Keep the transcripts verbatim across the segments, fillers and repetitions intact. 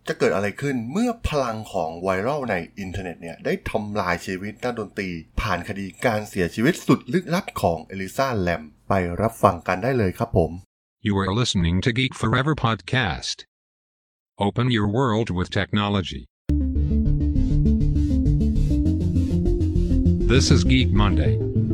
จะเกิดอะไรขึ้นเมื่อพลังของไวรัลในอินเทอร์เน็ตเนี่ยได้ทำลายชีวิตนักดนตรีผ่านคดีการเสียชีวิตสุดลึกลับของเอลิซาแลมไปรับฟังกันได้เลยครับผม You are listening to Geek Forever Podcast. Open your world with technology. This is Geek Monday.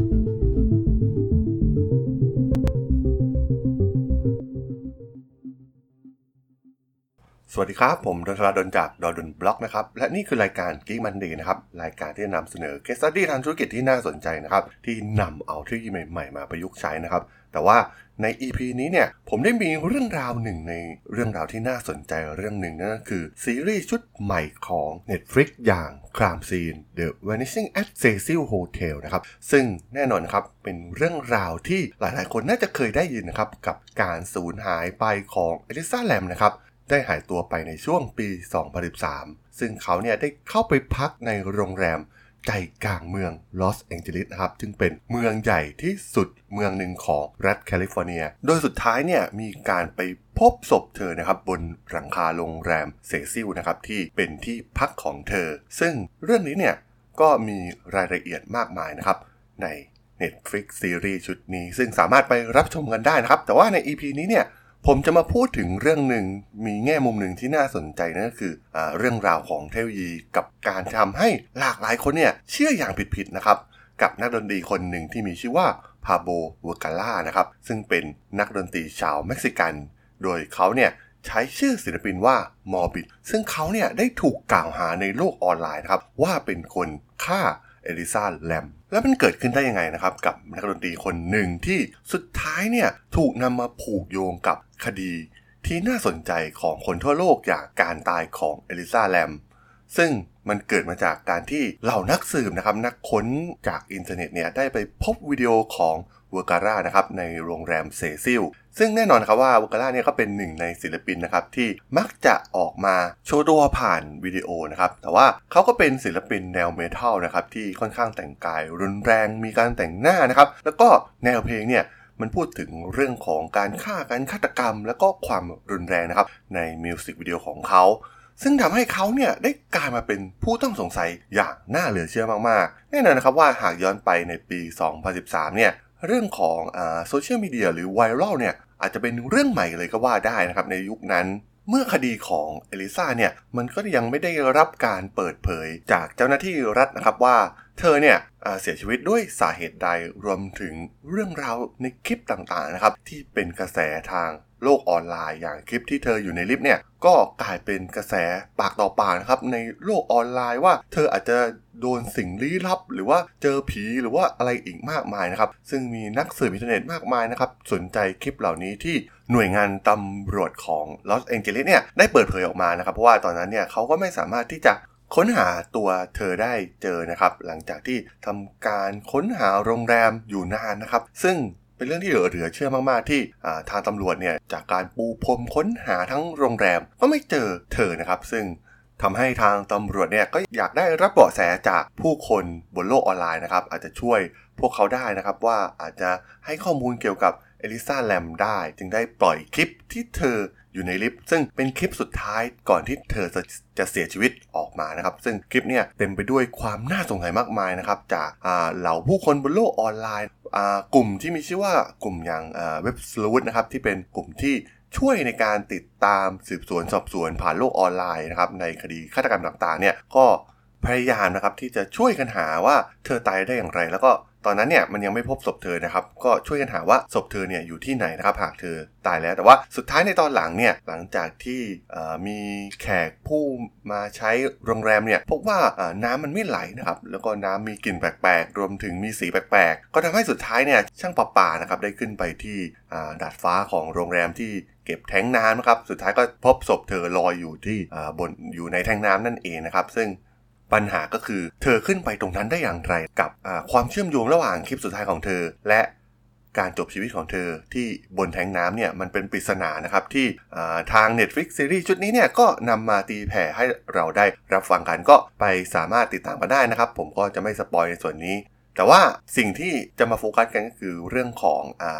สวัสดีครับผมดนทราดนจากดนบล็อกนะครับและนี่คือรายการ Geek Monday นะครับรายการที่นำเสนอ Case Study ทางธุรกิจที่น่าสนใจนะครับที่นำเอาเทคโนโลยีใหม่ๆมาประยุกต์ใช้นะครับแต่ว่าใน อี พี นี้เนี่ยผมได้มีเรื่องราวหนึ่งในเรื่องราวที่น่าสนใจเรื่องหนึ่งนั่นก็คือซีรีส์ชุดใหม่ของ Netflix อย่าง Crime Scene The Vanishing at Cecil Hotel นะครับซึ่งแน่นอนครับเป็นเรื่องราวที่หลายๆคนน่าจะเคยได้ยินนะครับกับการสูญหายไปของเอลิซาแลมนะครับได้หายตัวไปในช่วงปี สองพันสิบสาม ซึ่งเขาเนี่ยได้เข้าไปพักในโรงแรมใจกลางเมืองลอสแองเจลิสนะครับซึ่งเป็นเมืองใหญ่ที่สุดเมืองหนึ่งของรัฐแคลิฟอร์เนียโดยสุดท้ายเนี่ยมีการไปพบศพเธอนะครับบนหลังคาโรงแรมเซซิลนะครับที่เป็นที่พักของเธอซึ่งเรื่องนี้เนี่ยก็มีรายละเอียดมากมายนะครับใน Netflix ซีรีส์ชุดนี้ซึ่งสามารถไปรับชมกันได้นะครับแต่ว่าใน อี พี นี้เนี่ยผมจะมาพูดถึงเรื่องหนึ่งมีแง่มุมหนึ่งที่น่าสนใจนั่นก็คืออ่าเรื่องราวของเทคโนโลยีกับการทำให้หลากหลายคนเนี่ยเชื่ออย่างผิดๆนะครับกับนักดนตรีคนหนึ่งที่มีชื่อว่าพาโบ เวอร์กาล่านะครับซึ่งเป็นนักดนตรีชาวเม็กซิกันโดยเขาเนี่ยใช้ชื่อศิลปินว่ามอร์บิดซึ่งเขาเนี่ยได้ถูกกล่าวหาในโลกออนไลน์นะครับว่าเป็นคนฆ่าเอลิซาแลมแล้วมันเกิดขึ้นได้ยังไงนะครับกับนักดนตรีคนหนึ่งที่สุดท้ายเนี่ยถูกนำมาผูกโยงกับคดีที่น่าสนใจของคนทั่วโลกอย่างการตายของเอลิซาแลมซึ่งมันเกิดมาจากการที่เหล่านักสืบนะครับนักค้นจากอินเทอร์เน็ตเนี่ยได้ไปพบวิดีโอของเวอร์การ่านะครับในโรงแรมเซซิลซึ่งแน่นอนครับว่าเวอร์การ่าเนี่ยก็เป็นหนึ่งในศิลปินนะครับที่มักจะออกมาโชว์ตัวผ่านวิดีโอนะครับแต่ว่าเขาก็เป็นศิลปินแนวเมทัลนะครับที่ค่อนข้างแต่งกายรุนแรงมีการแต่งหน้านะครับแล้วก็แนวเพลงเนี่ยมันพูดถึงเรื่องของการฆ่าการฆาตกรรมแล้วก็ความรุนแรงนะครับในมิวสิกวิดีโอของเขาซึ่งทำให้เขาเนี่ยได้กลายมาเป็นผู้ต้องสงสัยอย่างน่าเหลือเชื่อมากๆแน่นอนนะครับว่าหากย้อนไปในปี สองพันสิบสาม เนี่ยเรื่องของอ่าโซเชียลมีเดียหรือไวรัลเนี่ยอาจจะเป็นเรื่องใหม่เลยก็ว่าได้นะครับในยุคนั้นเมื่อคดีของเอลิซาเนี่ยมันก็ยังไม่ได้รับการเปิดเผยจากเจ้าหน้าที่รัฐนะครับว่าเธอเนี่ยเสียชีวิตด้วยสาเหตุใดรวมถึงเรื่องราวในคลิปต่างๆนะครับที่เป็นกระแสทางโลกออนไลน์อย่างคลิปที่เธออยู่ในลิฟต์เนี่ยก็กลายเป็นกระแสปากต่อปากนะครับในโลกออนไลน์ว่าเธออาจจะโดนสิ่งลี้ลับหรือว่าเจอผีหรือว่าอะไรอีกมากมายนะครับซึ่งมีนักสืบอินเทอร์เน็ตมากมายนะครับสนใจคลิปเหล่านี้ที่หน่วยงานตำรวจของลอสแองเจลิสเนี่ยได้เปิดเผยออกมานะครับเพราะว่าตอนนั้นเนี่ยเขาก็ไม่สามารถที่จะค้นหาตัวเธอได้เจอนะครับหลังจากที่ทำการค้นหาโรงแรมอยู่นานนะครับซึ่งเป็นเรื่องที่เหลือเชื่อมากๆที่ทางตำรวจเนี่ยจากการปูพรมค้นหาทั้งโรงแรมก็ไม่เจอเธอนะครับซึ่งทำให้ทางตำรวจเนี่ยก็อยากได้รับเบาะแสจากผู้คนบนโลกออนไลน์นะครับอาจจะช่วยพวกเขาได้นะครับว่าอาจจะให้ข้อมูลเกี่ยวกับเอลิซาแลมได้จึงได้ปล่อยคลิปที่เธออยู่ในลิฟต์ซึ่งเป็นคลิปสุดท้ายก่อนที่เธอจะจะเสียชีวิตออกมานะครับซึ่งคลิปเนี่ยเต็มไปด้วยความน่าสงสัยมากมายนะครับจากเหล่าผู้คนบนโลกออนไลน์กลุ่มที่มีชื่อว่ากลุ่มอย่างเว็บสลูธนะครับที่เป็นกลุ่มที่ช่วยในการติดตามสืบสวนสอบสวนผ่านโลกออนไลน์นะครับในคดีฆาตกรรมต่างๆเนี่ยก็พยายามนะครับที่จะช่วยกันหาว่าเธอตายได้อย่างไรแล้วก็ตอนนั้นเนี่ยมันยังไม่พบศพเธอนะครับก็ช่วยกันหาว่าศพเธอเนี่ยอยู่ที่ไหนนะครับหากเธอตายแล้วแต่ว่าสุดท้ายในตอนหลังเนี่ยหลังจากที่มีแขกผู้มาใช้โรงแรมเนี่ยพบว่าน้ำมันไม่ไหลนะครับแล้วก็น้ำมีกลิ่นแปลกๆรวมถึงมีสีแปลกๆก็ทำให้สุดท้ายเนี่ยช่างประปานะครับได้ขึ้นไปที่ดาดฟ้าของโรงแรมที่เก็บแท้งน้ำนะครับสุดท้ายก็พบศพเธอลอยอยู่ที่บนอยู่ในแท้งน้ำนั่นเองนะครับซึ่งปัญหาก็คือเธอขึ้นไปตรงนั้นได้อย่างไรกับความเชื่อมโยงระหว่างคลิปสุดท้ายของเธอและการจบชีวิตของเธอที่บนแท้งน้ำเนี่ยมันเป็นปริศนานะครับที่ทาง Netflix ซีรีส์ชุดนี้เนี่ยก็นำมาตีแผ่ให้เราได้รับฟังกันก็ไปสามารถติดตามกันได้นะครับผมก็จะไม่สปอยในส่วนนี้แต่ว่าสิ่งที่จะมาโฟกัสกันก็คือเรื่องของอ่า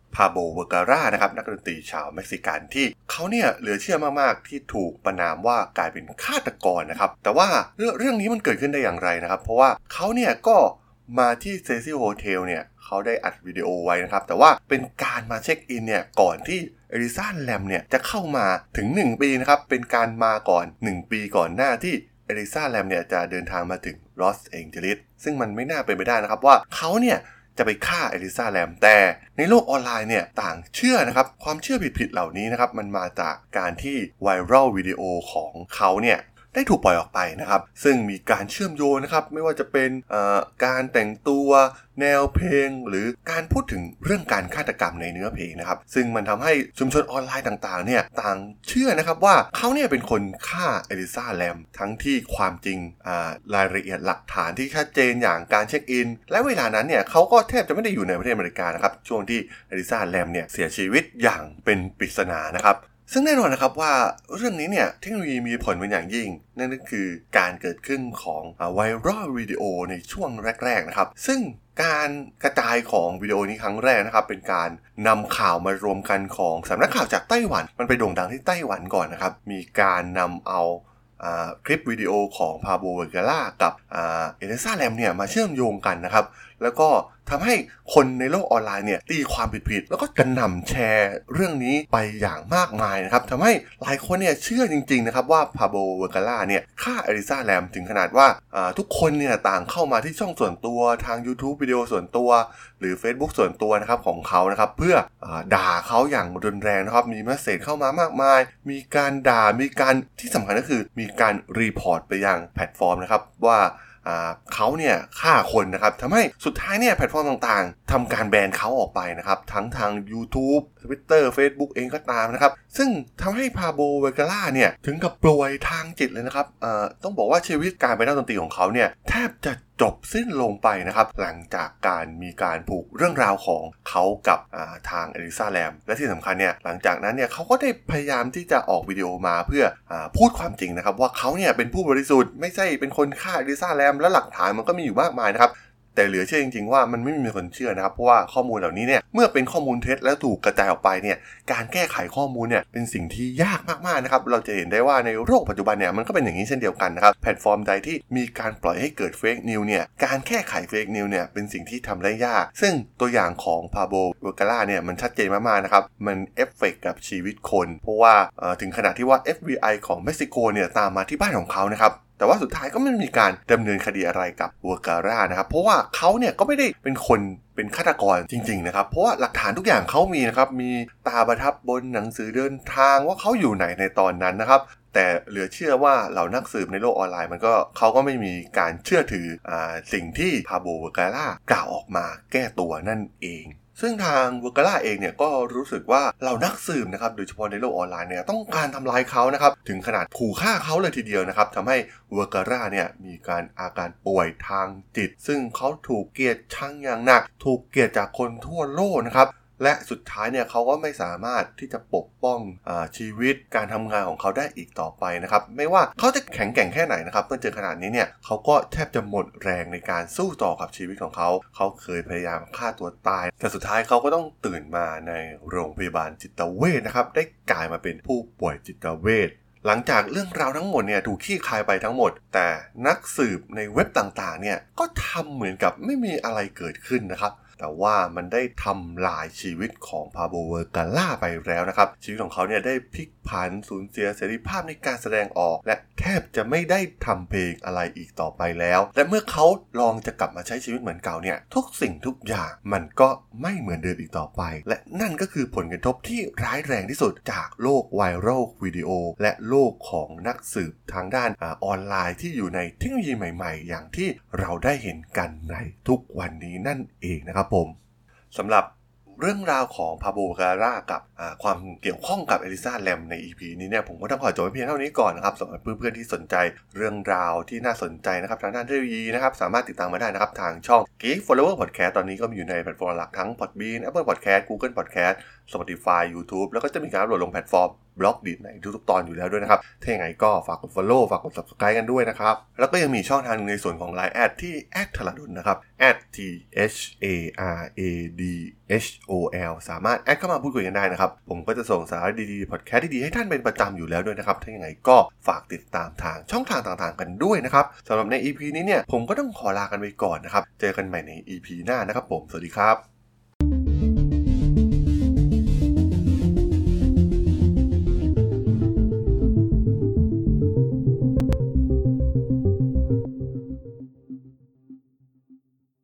พาโบเวอร์การานะครับนักดนตรีชาวเม็กซิกันที่เขาเนี่ยเหลือเชื่อมากๆที่ถูกประณามว่ากลายเป็นฆาตกรนะครับแต่ว่าเรื่องเรื่องนี้มันเกิดขึ้นได้อย่างไรนะครับเพราะว่าเขาเนี่ยก็มาที่เซซิลโฮเทลเนี่ยเขาได้อัดวิดีโอไว้นะครับแต่ว่าเป็นการมาเช็คอินเนี่ยก่อนที่เอลิซาแลมเนี่ยจะเข้ามาถึงหนึ่งปีนะครับเป็นการมาก่อนหนึ่งปีก่อนหน้าที่เอลิซาแลมเนี่ยจะเดินทางมาถึงลอสแองเจลิสซึ่งมันไม่น่าเป็นไปได้นะครับว่าเขาเนี่ยจะไปฆ่าเอลิซาแลมแต่ในโลกออนไลน์เนี่ยต่างเชื่อนะครับความเชื่อผิดๆเหล่านี้นะครับมันมาจากการที่ไวรัลวิดีโอของเขาเนี่ยได้ถูกปล่อยออกไปนะครับซึ่งมีการเชื่อมโยงนะครับไม่ว่าจะเป็นการแต่งตัวแนวเพลงหรือการพูดถึงเรื่องการฆาตกรรมในเนื้อเพลงนะครับซึ่งมันทำให้ชุมชนออนไลน์ต่างๆเนี่ยต่างเชื่อนะครับว่าเขาเนี่ยเป็นคนฆ่าเอลิซาแลมทั้งที่ความจริงรายละเอียดหลักฐานที่ชัดเจนอย่างการเช็คอินและเวลานั้นเนี่ยเขาก็แทบจะไม่ได้อยู่ในประเทศอเมริกานะครับช่วงที่เอลิซาแลมเนี่ยเสียชีวิตอย่างเป็นปริศนานะครับซึ่งแน่นอนนะครับว่าเรื่องนี้เนี่ยเทคโนโลยีมีผลเป็นอย่างยิ่งนั่นก็คือการเกิดขึ้นของไวรัลวิดีโอในช่วงแรกๆนะครับซึ่งการกระจายของวิดีโอนี้ครั้งแรกนะครับเป็นการนำข่าวมารวมกันของสำนักข่าวจากไต้หวันมันไปโด่งดังที่ไต้หวันก่อนนะครับมีการนำเอาคลิปวิดีโอของพาโบเวอร์การากับเอลิซาแลมเนี่ยมาเชื่อมโยงกันนะครับแล้วก็ทำให้คนในโลกออนไลน์เนี่ยตีความผิดๆแล้วก็กระหน่ำแชร์เรื่องนี้ไปอย่างมากมายนะครับทำให้หลายคนเนี่ยเชื่อจริงๆนะครับว่าพาโบเวอร์การาเนี่ยฆ่าเอลิซาแลมถึงขนาดว่าทุกคนเนี่ยต่างเข้ามาที่ช่องส่วนตัวทาง YouTube วิดีโอส่วนตัวหรือ Facebook ส่วนตัวนะครับของเขานะครับเพื่อด่าเขาอย่างรุนแรงนะครับมีเมสเสจเข้ามามากมายมีการด่ามีการที่สำคัญก็คือมีการรีพอร์ตไปยังแพลตฟอร์มนะครับว่าเขาเนี่ยฆ่าคนนะครับทำให้สุดท้ายเนี่ยแพลตฟอร์มต่างๆทำการแบนเขาออกไปนะครับทั้งทาง YouTube Twitter Facebook เองก็ตามนะครับซึ่งทำให้พาโบเวอร์การาเนี่ยถึงกับป่วยทางจิตเลยนะครับต้องบอกว่าชีวิตการเป็นนักดนตรีของเขาเนี่ยแทบจะจบสิ้นลงไปนะครับหลังจากการมีการผูกเรื่องราวของเขากับทางเอลิซาแลมและที่สำคัญเนี่ยหลังจากนั้นเนี่ยเขาก็ได้พยายามที่จะออกวิดีโอมาเพื่อพูดความจริงนะครับว่าเขาเนี่ยเป็นผู้บริสุทธิ์ไม่ใช่เป็นคนฆ่าเอลิซาแลมและหลักฐานมันก็มีอยู่มากมายนะครับแต่เหลือเชื่อจริงๆว่ามันไม่มีคนเชื่อนะครับเพราะว่าข้อมูลเหล่านี้เนี่ยเมื่อเป็นข้อมูลเท็จแล้วถูกกระจายออกไปเนี่ยการแก้ไขข้อมูลเนี่ยเป็นสิ่งที่ยากมากๆนะครับเราจะเห็นได้ว่าในโลกปัจจุบันเนี่ยมันก็เป็นอย่างนี้เช่นเดียวกันนะครับแพลตฟอร์มใดที่มีการปล่อยให้เกิดเฟกนิวเนี่ยการแก้ไขเฟกนิวเนี่ยเป็นสิ่งที่ทำได้ยากซึ่งตัวอย่างของพาโบเวอร์การาเนี่ยมันชัดเจนมากๆนะครับมันเอฟเฟกต์กับชีวิตคนเพราะว่าถึงขนาดที่ว่า เอฟ บี ไอ ของเม็กซิโกเนี่ยตามมาที่บ้านของเขานะครับแต่ว่าสุดท้ายก็ไม่มีการดำเนินคดีอะไรกับเวอร์การานะครับเพราะว่าเขาเนี่ยก็ไม่ได้เป็นคนเป็นฆาตกรจริงๆนะครับเพราะว่าหลักฐานทุกอย่างเขามีนะครับมีตาประทับบนหนังสือเดินทางว่าเขาอยู่ไหนในตอนนั้นนะครับแต่เหลือเชื่อว่าเหล่านักสืบในโลกออนไลน์มันก็เขาก็ไม่มีการเชื่อถืออ่าสิ่งที่พาโบเวอร์การากล่าวออกมาแก้ตัวนั่นเองซึ่งทางเวอร์การาเองเนี่ยก็รู้สึกว่าเหล่านักสืบนะครับโดยเฉพาะในโลกออนไลน์เนี่ยต้องการทำลายเขานะครับถึงขนาดขู่ฆ่าเขาเลยทีเดียวนะครับทำให้เวอร์การาเนี่ยมีการอาการป่วยทางจิตซึ่งเขาถูกเกลียดชังอย่างหนักถูกเกลียดจากคนทั่วโลกนะครับและสุดท้ายเนี่ยเขาก็ไม่สามารถที่จะปกป้องอ่าชีวิตการทำงานของเขาได้อีกต่อไปนะครับไม่ว่าเขาจะแข็งแกร่งแค่ไหนนะครับเมื่อเจอขนาดนี้เนี่ยเขาก็แทบจะหมดแรงในการสู้ต่อกับชีวิตของเขาเขาเคยพยายามฆ่าตัวตายแต่สุดท้ายเขาก็ต้องตื่นมาในโรงพยาบาลจิตเวชนะครับได้กลายมาเป็นผู้ป่วยจิตเวชหลังจากเรื่องราวทั้งหมดเนี่ยถูกขี้คายไปทั้งหมดแต่นักสืบในเว็บต่างๆเนี่ยก็ทำเหมือนกับไม่มีอะไรเกิดขึ้นนะครับแต่ว่ามันได้ทำลายชีวิตของพาโบเวอร์การาไปแล้วนะครับชีวิตของเขาเนี่ยได้พลิกผันสูญเสียเสรีภาพในการแสดงออกและแทบจะไม่ได้ทำเพลงอะไรอีกต่อไปแล้วและเมื่อเขาลองจะกลับมาใช้ชีวิตเหมือนเก่าเนี่ยทุกสิ่งทุกอย่างมันก็ไม่เหมือนเดิมอีกต่อไปและนั่นก็คือผลกระทบที่ร้ายแรงที่สุดจากโลกไวรัลวิดีโอและโลกของนักสืบทางด้านออนไลน์ที่อยู่ในเทคโนโลยีใหม่ๆอย่างที่เราได้เห็นกันในทุกวันนี้นั่นเองนะครับผมสำหรับเรื่องราวของพาโบเวอร์การากับความเกี่ยวข้องกับเอลิซาแลมใน อี พี นี้เนี่ยผมก็ต้องขอจบเพียงเท่านี้ก่อนนะครับสำหรับเพื่อนๆที่สนใจเรื่องราวที่น่าสนใจนะครับทางด้านเทคโนโลยีนะครับสามารถติดตามมาได้นะครับทางช่อง Geek Flower Podcast ตอนนี้ก็มีอยู่ในแพลตฟอร์มหลักทั้ง Podbean Apple Podcast Google Podcast Spotify YouTube แล้วก็จะมีการอัปโหลดลงแพลตฟอร์มบล็อกดิในทุกๆตอนอยู่แล้วด้วยนะครับถ้าอย่างไรก็ฝากกด follow ฝากกด subscribe กันด้วยนะครับแล้วก็ยังมีช่องทางในส่วนของ ไลน์ แอดที่ แอท ธารดลนะครับ แอท ที เอช เอ อาร์ เอ ดี เอช โอ แอล สามารถแอดเข้ามาพูดคุยกันได้นะครับผมก็จะส่งสาระดีๆพอดแคสต์ดีๆให้ท่านเป็นประจำอยู่แล้วด้วยนะครับถ้าอย่างไรก็ฝากติดตามทางช่องทางต่างๆกันด้วยนะครับสำหรับใน อี พี นี้เนี่ยผมก็ต้องขอลากันไปก่อนนะครับเจอกันใหม่ใน อี พี หน้านะครับผมสวัสดีครับ